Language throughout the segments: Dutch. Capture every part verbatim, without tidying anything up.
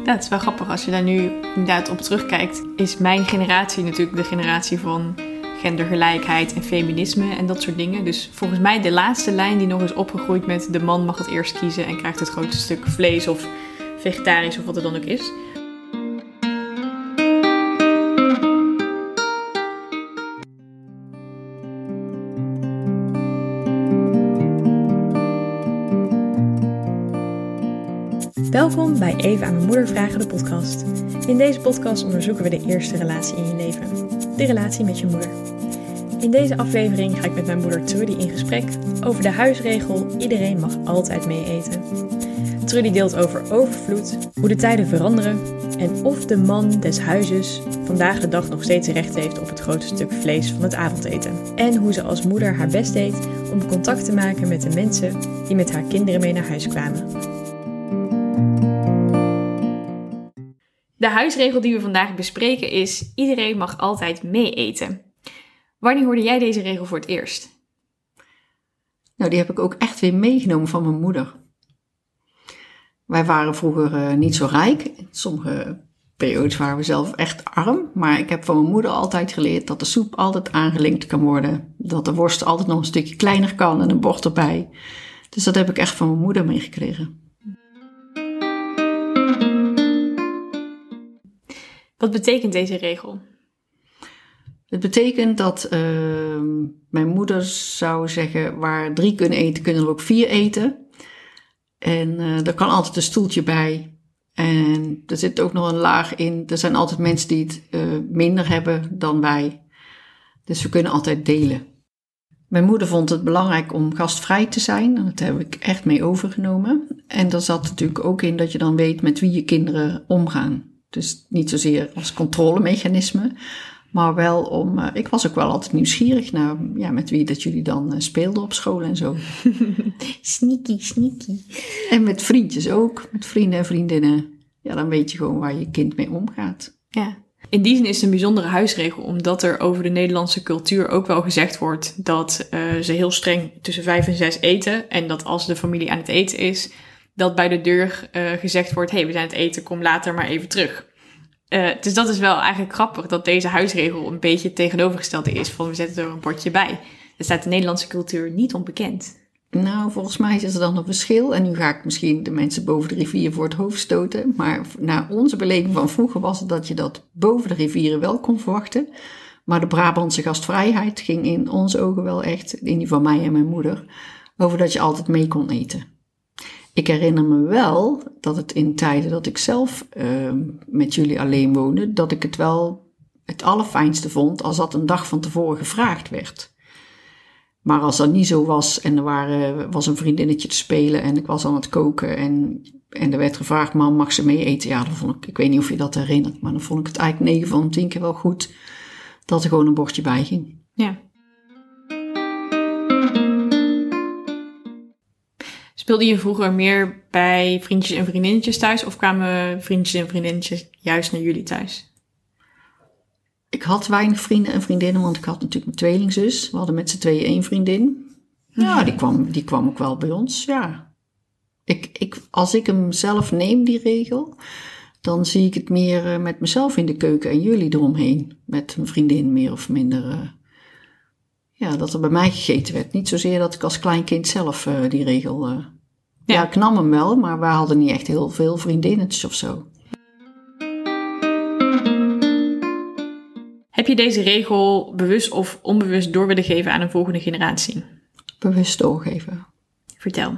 Ja, het is wel grappig. Als je daar nu inderdaad op terugkijkt, is mijn generatie natuurlijk de generatie van gendergelijkheid en feminisme en dat soort dingen. Dus volgens mij de laatste lijn die nog is opgegroeid met de man mag het eerst kiezen en krijgt het grootste stuk vlees of vegetarisch of wat er dan ook is. Welkom bij Even aan mijn moeder vragen, de podcast. In deze podcast onderzoeken we de eerste relatie in je leven. De relatie met je moeder. In deze aflevering ga ik met mijn moeder Trudy in gesprek over de huisregel iedereen mag altijd mee eten. Trudy deelt over overvloed, hoe de tijden veranderen en of de man des huizes vandaag de dag nog steeds recht heeft op het grootste stuk vlees van het avondeten. En hoe ze als moeder haar best deed om contact te maken met de mensen die met haar kinderen mee naar huis kwamen. De huisregel die we vandaag bespreken is: iedereen mag altijd mee eten. Wanneer hoorde jij deze regel voor het eerst? Nou, die heb ik ook echt weer meegenomen van mijn moeder. Wij waren vroeger uh, niet zo rijk. In sommige periodes waren we zelf echt arm. Maar ik heb van mijn moeder altijd geleerd dat de soep altijd aangelinkt kan worden. Dat de worst altijd nog een stukje kleiner kan en een bord erbij. Dus dat heb ik echt van mijn moeder meegekregen. Wat betekent deze regel? Het betekent dat uh, mijn moeder zou zeggen, waar drie kunnen eten, kunnen er ook vier eten. En uh, er kan altijd een stoeltje bij. En er zit ook nog een laag in. Er zijn altijd mensen die het uh, minder hebben dan wij. Dus we kunnen altijd delen. Mijn moeder vond het belangrijk om gastvrij te zijn. En dat heb ik echt mee overgenomen. En daar zat natuurlijk ook in dat je dan weet met wie je kinderen omgaan. Dus niet zozeer als controlemechanisme, maar wel om... Uh, ik was ook wel altijd nieuwsgierig naar ja, met wie dat jullie dan uh, speelden op school en zo. Sneaky, sneaky. En met vriendjes ook, met vrienden en vriendinnen. Ja, dan weet je gewoon waar je kind mee omgaat. Ja. In die zin is het een bijzondere huisregel, omdat er over de Nederlandse cultuur ook wel gezegd wordt dat uh, ze heel streng tussen vijf en zes eten. En dat als de familie aan het eten is, dat bij de deur uh, gezegd wordt, hé, hey, we zijn aan het eten, kom later maar even terug. Uh, dus dat is wel eigenlijk grappig, dat deze huisregel een beetje het tegenovergestelde is van we zetten er een bordje bij. Dat staat de Nederlandse cultuur niet onbekend. Nou, volgens mij is er dan een verschil. En nu ga ik misschien de mensen boven de rivier voor het hoofd stoten. Maar naar onze beleving van vroeger was het dat je dat boven de rivieren wel kon verwachten. Maar de Brabantse gastvrijheid ging in onze ogen wel echt, in die van mij en mijn moeder, over dat je altijd mee kon eten. Ik herinner me wel dat het in tijden dat ik zelf uh, met jullie alleen woonde, dat ik het wel het allerfijnste vond als dat een dag van tevoren gevraagd werd. Maar als dat niet zo was en er waren, was een vriendinnetje te spelen en ik was aan het koken en, en er werd gevraagd, mam, mag ze mee eten? Ja, dan vond ik, ik weet niet of je dat herinnert, maar dan vond ik het eigenlijk negen van tien keer wel goed dat er gewoon een bordje bij ging. Ja. Speelde je vroeger meer bij vriendjes en vriendinnetjes thuis of kwamen vriendjes en vriendinnetjes juist naar jullie thuis? Ik had weinig vrienden en vriendinnen, want ik had natuurlijk mijn tweelingzus. We hadden met z'n tweeën één vriendin. Ja, die kwam, die kwam ook wel bij ons, ja. Ik, ik, als ik hem zelf neem, die regel, dan zie ik het meer met mezelf in de keuken en jullie eromheen. Met een vriendin meer of minder. Uh, ja, dat er bij mij gegeten werd. Niet zozeer dat ik als klein kind zelf uh, die regel... Uh, ja. ja, ik nam hem wel, maar wij hadden niet echt heel veel vriendinnetjes of zo. Heb je deze regel bewust of onbewust door willen geven aan een volgende generatie? Bewust doorgeven. Vertel.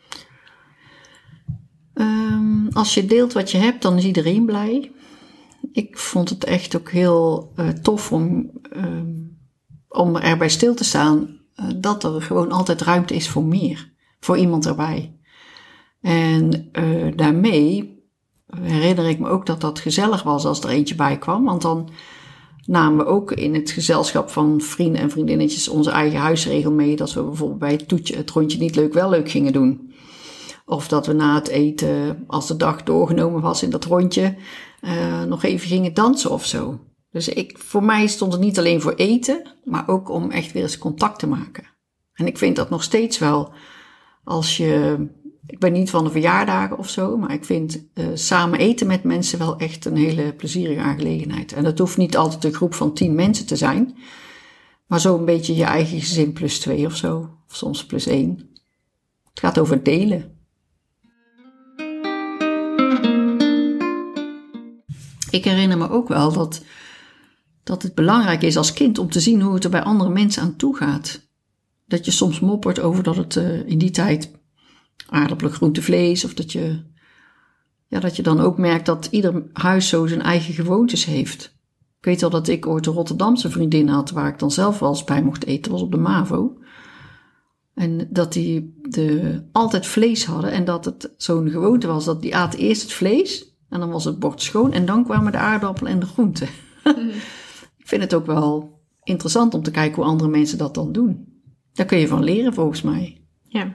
Um, als je deelt wat je hebt, dan is iedereen blij. Ik vond het echt ook heel uh, tof om, um, om erbij stil te staan uh, dat er gewoon altijd ruimte is voor meer. Voor iemand erbij. En uh, daarmee herinner ik me ook dat dat gezellig was als er eentje bij kwam. Want dan namen we ook in het gezelschap van vrienden en vriendinnetjes onze eigen huisregel mee. Dat we bijvoorbeeld bij het toetje het rondje niet leuk wel leuk gingen doen. Of dat we na het eten, als de dag doorgenomen was in dat rondje, uh, nog even gingen dansen of zo. Dus ik, voor mij stond het niet alleen voor eten, maar ook om echt weer eens contact te maken. En ik vind dat nog steeds wel, als je Ik ben niet van de verjaardagen of zo, maar ik vind uh, samen eten met mensen wel echt een hele plezierige aangelegenheid. En dat hoeft niet altijd een groep van tien mensen te zijn, maar zo een beetje je eigen gezin plus twee of zo, of soms plus één. Het gaat over delen. Ik herinner me ook wel dat, dat het belangrijk is als kind om te zien hoe het er bij andere mensen aan toe gaat. Dat je soms moppert over dat het uh, in die tijd aardappelen, groente, vlees, of dat je, ja, dat je dan ook merkt dat ieder huis zo zijn eigen gewoontes heeft. Ik weet al dat ik ooit een Rotterdamse vriendin had waar ik dan zelf wel eens bij mocht eten, was op de MAVO. En dat die de, altijd vlees hadden en dat het zo'n gewoonte was dat die aten eerst het vlees en dan was het bord schoon en dan kwamen de aardappelen en de groenten. Mm. Ik vind het ook wel interessant om te kijken hoe andere mensen dat dan doen. Daar kun je van leren volgens mij. Ja.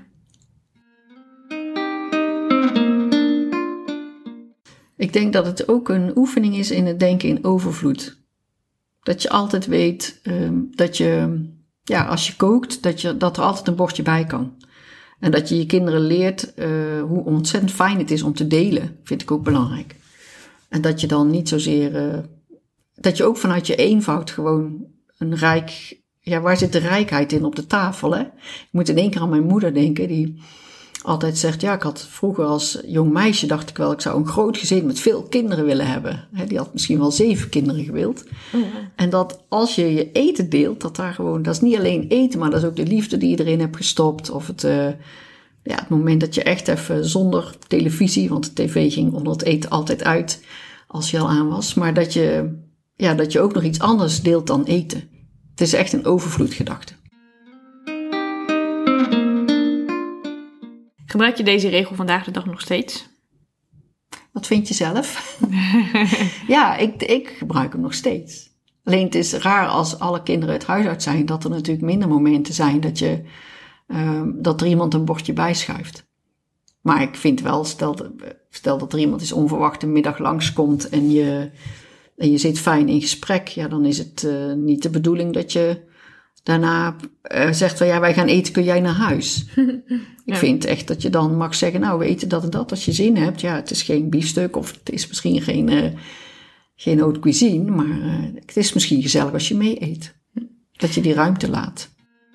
Ik denk dat het ook een oefening is in het denken in overvloed. Dat je altijd weet um, dat je, ja, als je kookt, dat, je, dat er altijd een bordje bij kan. En dat je je kinderen leert uh, hoe ontzettend fijn het is om te delen, vind ik ook belangrijk. En dat je dan niet zozeer, uh, dat je ook vanuit je eenvoud gewoon een rijk, ja, waar zit de rijkheid in op de tafel, hè? Ik moet in één keer aan mijn moeder denken, die altijd zegt, ja, ik had vroeger als jong meisje, dacht ik wel, ik zou een groot gezin met veel kinderen willen hebben. He, die had misschien wel zeven kinderen gewild. Oh ja. En dat als je je eten deelt, dat daar gewoon, dat is niet alleen eten, maar dat is ook de liefde die je erin hebt gestopt. Of het, uh, ja, het moment dat je echt even zonder televisie, want de tv ging onder het eten altijd uit als je al aan was. Maar dat je, ja, dat je ook nog iets anders deelt dan eten. Het is echt een overvloedgedachte. Gebruik je deze regel vandaag de dag nog steeds? Wat vind je zelf? Ja, ik, ik gebruik hem nog steeds. Alleen het is raar als alle kinderen het huis uit zijn, dat er natuurlijk minder momenten zijn dat, je, um, dat er iemand een bordje bijschuift. Maar ik vind wel, stel, stel dat er iemand is onverwacht een middag langskomt en je, en je zit fijn in gesprek, ja, dan is het uh, niet de bedoeling dat je daarna uh, zegt van ja, wij gaan eten, kun jij naar huis? Ik ja. vind echt dat je dan mag zeggen, nou, we eten dat en dat als je zin hebt. Ja, het is geen biefstuk of het is misschien geen, uh, geen haute cuisine, maar uh, het is misschien gezellig als je mee eet. Dat je die ruimte laat.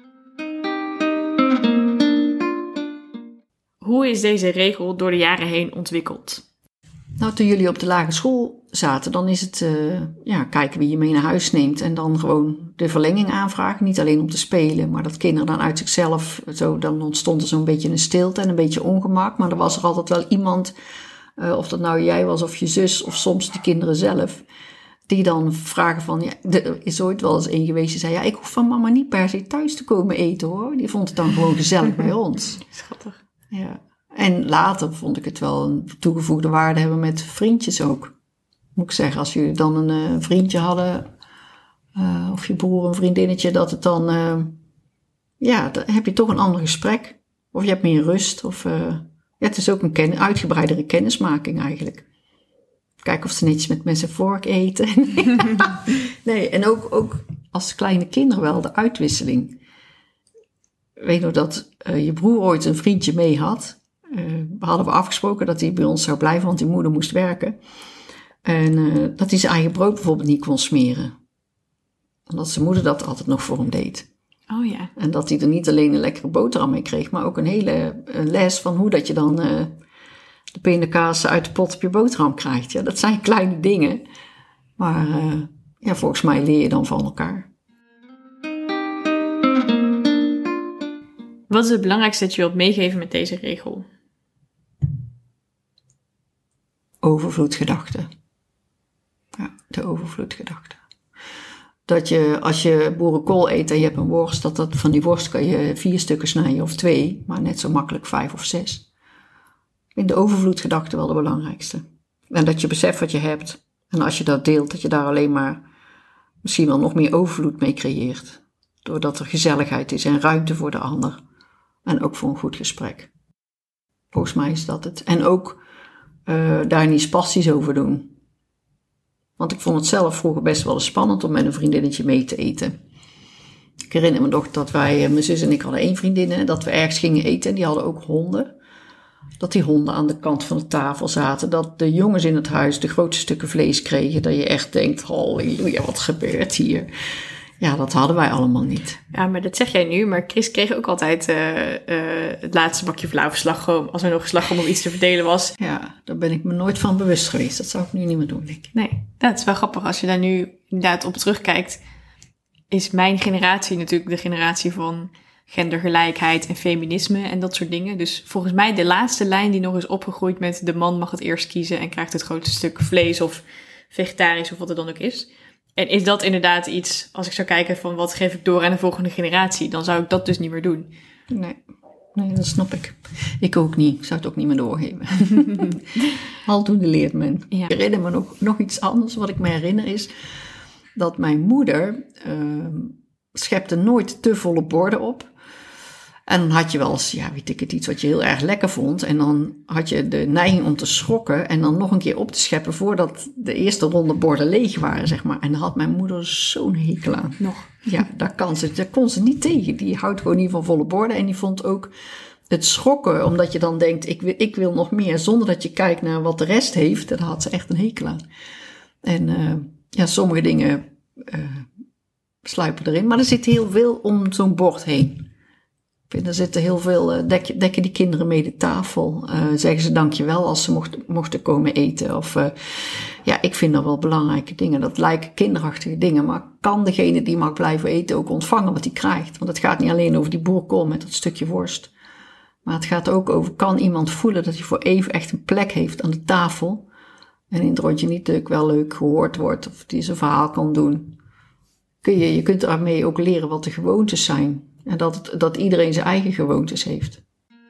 Hoe is deze regel door de jaren heen ontwikkeld? Nou, toen jullie op de lagere school zaten, dan is het uh, ja, kijken wie je mee naar huis neemt en dan gewoon de verlenging aanvragen. Niet alleen om te spelen, maar dat kinderen dan uit zichzelf, zo, dan ontstond er zo'n beetje een stilte en een beetje ongemak. Maar er was er altijd wel iemand, uh, of dat nou jij was of je zus of soms de kinderen zelf, die dan vragen van, ja, er is ooit wel eens een geweest die zei, ja, ik hoef van mama niet per se thuis te komen eten hoor. Die vond het dan gewoon gezellig bij ons. Schattig. Ja. En later vond ik het wel een toegevoegde waarde hebben met vriendjes ook. Moet ik zeggen, als jullie dan een uh, vriendje hadden, uh, of je broer een vriendinnetje, dat het dan, uh, ja, dan heb je toch een ander gesprek. Of je hebt meer rust. Of, uh, ja, het is ook een ken- uitgebreidere kennismaking eigenlijk. Kijken of ze netjes met mes en vork eten. Nee, en ook, ook als kleine kinderen wel, de uitwisseling. Weet nog dat uh, je broer ooit een vriendje mee had. Uh, hadden we afgesproken dat hij bij ons zou blijven, want die moeder moest werken. En uh, dat hij zijn eigen brood bijvoorbeeld niet kon smeren. Omdat zijn moeder dat altijd nog voor hem deed. Oh ja. En dat hij er niet alleen een lekkere boterham mee kreeg, maar ook een hele uh, les van hoe dat je dan uh, de pindakaas uit de pot op je boterham krijgt. Ja, dat zijn kleine dingen. Maar uh, ja, volgens mij leer je dan van elkaar. Wat is het belangrijkste dat je wilt meegeven met deze regel? Overvloedgedachte. Ja, de overvloedgedachte. Dat je, als je boerenkool eet en je hebt een worst, dat, dat van die worst kan je vier stukken snijden of twee, maar net zo makkelijk vijf of zes. Ik vind de overvloedgedachte wel de belangrijkste. En dat je beseft wat je hebt. En als je dat deelt, dat je daar alleen maar misschien wel nog meer overvloed mee creëert. Doordat er gezelligheid is en ruimte voor de ander. En ook voor een goed gesprek. Volgens mij is dat het. En ook uh, daar niet spastisch over doen. Want ik vond het zelf vroeger best wel eens spannend om met een vriendinnetje mee te eten. Ik herinner me nog dat wij, mijn zus en ik hadden één vriendin, dat we ergens gingen eten en die hadden ook honden. Dat die honden aan de kant van de tafel zaten. Dat de jongens in het huis de grootste stukken vlees kregen. Dat je echt denkt, halleluja, wat gebeurt hier? Ja, dat hadden wij allemaal niet. Ja, maar dat zeg jij nu. Maar Chris kreeg ook altijd uh, uh, het laatste bakje vlauw slagroom. Als er nog slagroom of iets te verdelen was. Ja, daar ben ik me nooit van bewust geweest. Dat zou ik nu niet meer doen, denk ik. Nee, dat is wel grappig. Als je daar nu inderdaad op terugkijkt, is mijn generatie natuurlijk de generatie van gendergelijkheid en feminisme en dat soort dingen. Dus volgens mij de laatste lijn die nog is opgegroeid met de man mag het eerst kiezen en krijgt het grootste stuk vlees of vegetarisch of wat het dan ook is. En is dat inderdaad iets, als ik zou kijken van wat geef ik door aan de volgende generatie, dan zou ik dat dus niet meer doen. Nee, nee dat snap ik. Ik ook niet. Ik zou het ook niet meer doorgeven. Aldoende leert men. Ja. Ik herinner me nog, nog iets anders. Wat ik me herinner is dat mijn moeder uh, schepte nooit te volle borden op. En dan had je wel eens, ja, weet ik het, iets wat je heel erg lekker vond. En dan had je de neiging om te schrokken en dan nog een keer op te scheppen voordat de eerste ronde borden leeg waren, zeg maar. En daar had mijn moeder zo'n hekel aan. Nog? Ja, daar, kan ze, daar kon ze niet tegen. Die houdt gewoon niet van volle borden. En die vond ook het schrokken, omdat je dan denkt, ik wil, ik wil nog meer, zonder dat je kijkt naar wat de rest heeft. Daar had ze echt een hekel aan. En uh, ja, sommige dingen uh, sluipen erin. Maar er zit heel veel om zo'n bord heen. Ik vind, er zitten heel veel, uh, dek, dekken die kinderen mee de tafel. Uh, zeggen ze dankjewel als ze mochten, mochten komen eten. Of uh, ja, ik vind dat wel belangrijke dingen. Dat lijken kinderachtige dingen. Maar kan degene die mag blijven eten ook ontvangen wat hij krijgt? Want het gaat niet alleen over die boerenkool met dat stukje worst. Maar het gaat ook over, kan iemand voelen dat hij voor even echt een plek heeft aan de tafel? En in het rondje niet natuurlijk wel leuk gehoord wordt. Of die zijn verhaal kan doen. Kun je, je kunt daarmee ook leren wat de gewoontes zijn. En dat, het, dat iedereen zijn eigen gewoontes heeft.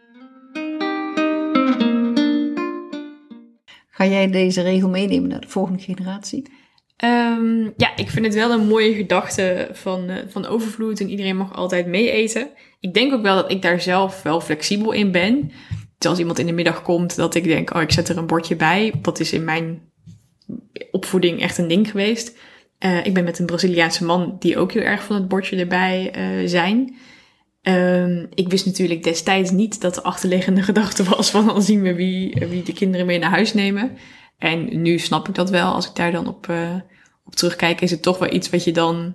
Ga jij deze regel meenemen naar de volgende generatie? Um, ja, ik vind het wel een mooie gedachte van, uh, van overvloed en iedereen mag altijd mee eten. Ik denk ook wel dat ik daar zelf wel flexibel in ben. Dus als iemand in de middag komt, dat ik denk, oh, ik zet er een bordje bij. Dat is in mijn opvoeding echt een ding geweest. Uh, ik ben met een Braziliaanse man die ook heel erg van het bordje erbij uh, zijn. Um, ik wist natuurlijk destijds niet dat de achterliggende gedachte was van dan zien we wie, wie de kinderen mee naar huis nemen. En nu snap ik dat wel. Als ik daar dan op, uh, op terugkijk, is het toch wel iets wat je dan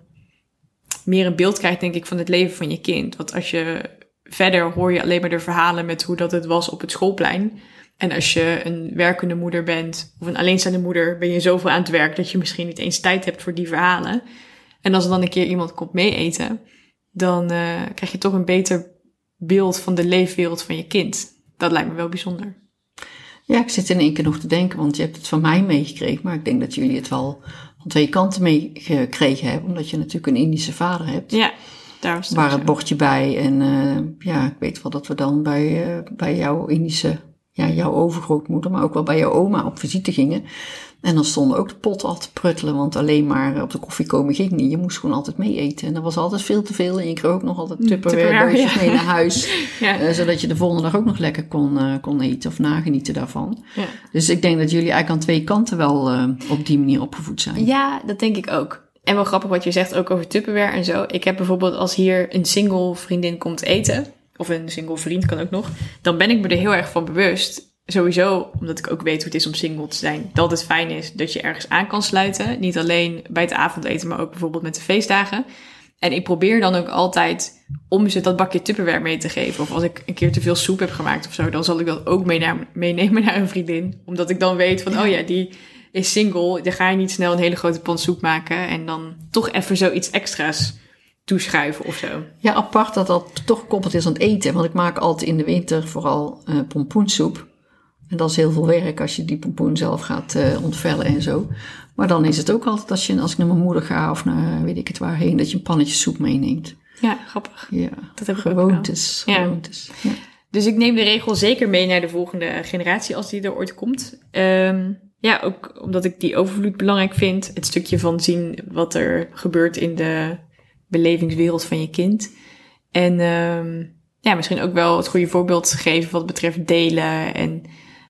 meer een beeld krijgt, denk ik, van het leven van je kind. Want als je verder hoor je alleen maar de verhalen met hoe dat het was op het schoolplein. En als je een werkende moeder bent, of een alleenstaande moeder, ben je zoveel aan het werk dat je misschien niet eens tijd hebt voor die verhalen. En als er dan een keer iemand komt mee eten, dan uh, krijg je toch een beter beeld van de leefwereld van je kind. Dat lijkt me wel bijzonder. Ja, ik zit in één keer nog te denken, want je hebt het van mij meegekregen, maar ik denk dat jullie het wel van twee kanten meegekregen hebben, omdat je natuurlijk een Indische vader hebt. Ja, daar was het waar het bordje bij. En uh, ja, ik weet wel dat we dan bij, uh, bij jouw Indische, ja, jouw overgrootmoeder, maar ook wel bij jouw oma op visite gingen. En dan stonden ook de potten al te pruttelen, want alleen maar op de koffie komen ging niet. Je moest gewoon altijd mee eten. En er was altijd veel te veel. En je kreeg ook nog altijd Tupperware doosjes ja. mee naar huis. Ja. Uh, zodat je de volgende dag ook nog lekker kon, uh, kon eten of nagenieten daarvan. Ja. Dus ik denk dat jullie eigenlijk aan twee kanten wel uh, op die manier opgevoed zijn. Ja, dat denk ik ook. En wel grappig wat je zegt ook over Tupperware en zo. Ik heb bijvoorbeeld als hier een single vriendin komt eten, of een single vriend kan ook nog, dan ben ik me er heel erg van bewust. Sowieso, omdat ik ook weet hoe het is om single te zijn, dat het fijn is dat je ergens aan kan sluiten. Niet alleen bij het avondeten, maar ook bijvoorbeeld met de feestdagen. En ik probeer dan ook altijd om ze dat bakje Tupperware mee te geven. Of als ik een keer te veel soep heb gemaakt of zo, dan zal ik dat ook mee naar, meenemen naar een vriendin. Omdat ik dan weet van, oh ja, die is single. Dan ga je niet snel een hele grote pan soep maken en dan toch even zoiets extra's toeschuiven of zo. Ja, apart dat dat toch gekoppeld is aan het eten. Want ik maak altijd in de winter vooral uh, pompoensoep. En dat is heel veel werk als je die pompoen zelf gaat uh, ontvellen en zo. Maar dan is het ook altijd als, je, als ik naar mijn moeder ga of naar weet ik het waarheen, dat je een pannetje soep meeneemt. Ja, grappig. Ja, dat heb ik gewoontes. ook gewoontes. Ja. Ja. Dus ik neem de regel zeker mee naar de volgende generatie als die er ooit komt. Um, ja, ook omdat ik die overvloed belangrijk vind. Het stukje van zien wat er gebeurt in de belevingswereld van je kind. En um, ja, misschien ook wel het goede voorbeeld geven wat betreft delen en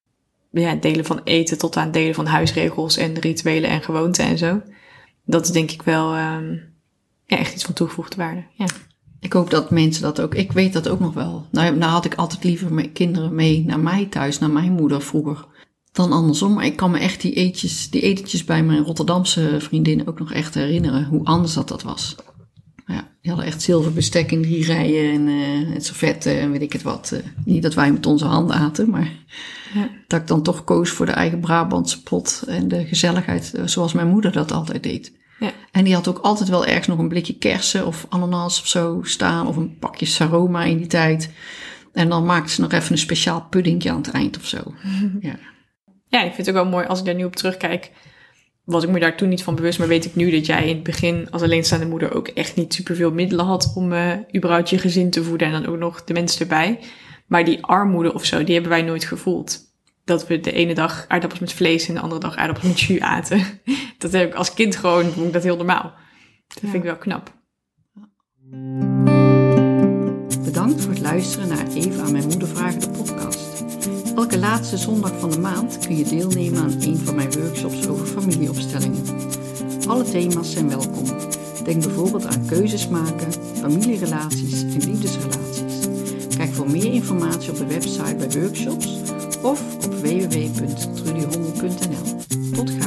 ja, delen van eten tot aan delen van huisregels en rituelen en gewoonten en zo. Dat is denk ik wel um, ja, echt iets van toegevoegde waarde. Ja. Ik hoop dat mensen dat ook... Ik weet dat ook nog wel. Nou, nou had ik altijd liever mijn kinderen mee naar mij thuis, naar mijn moeder vroeger, dan andersom. Maar ik kan me echt die, eetjes, die etentjes bij mijn Rotterdamse vriendinnen ook nog echt herinneren. Hoe anders dat dat was. Ja, die hadden echt zilverbestek in drie rijen en uh, het servetten en weet ik het wat. Uh, niet dat wij met onze handen aten, maar ja. Dat ik dan toch koos voor de eigen Brabantse pot en de gezelligheid uh, zoals mijn moeder dat altijd deed. Ja. En die had ook altijd wel ergens nog een blikje kersen of ananas of zo staan of een pakje saroma in die tijd. En dan maakte ze nog even een speciaal puddingje aan het eind of zo. Ja. Ja, ik vind het ook wel mooi als ik daar nu op terugkijk. Was ik me daar toen niet van bewust, maar weet ik nu dat jij in het begin als alleenstaande moeder ook echt niet superveel middelen had om uh, überhaupt je gezin te voeden en dan ook nog de mensen erbij. Maar die armoede of zo, die hebben wij nooit gevoeld. Dat we de ene dag aardappels met vlees en de andere dag aardappels met jus aten. Dat heb ik als kind gewoon, vond ik dat heel normaal. Dat ja. vind ik wel knap. Bedankt voor het luisteren naar Eva aan mijn moeder vragen de podcast. Elke laatste zondag van de maand kun je deelnemen aan een van mijn workshops over familieopstellingen. Alle thema's zijn welkom. Denk bijvoorbeeld aan keuzes maken, familierelaties en liefdesrelaties. Kijk voor meer informatie op de website bij workshops of op w w w punt trudy hommel punt n l. Tot gauw.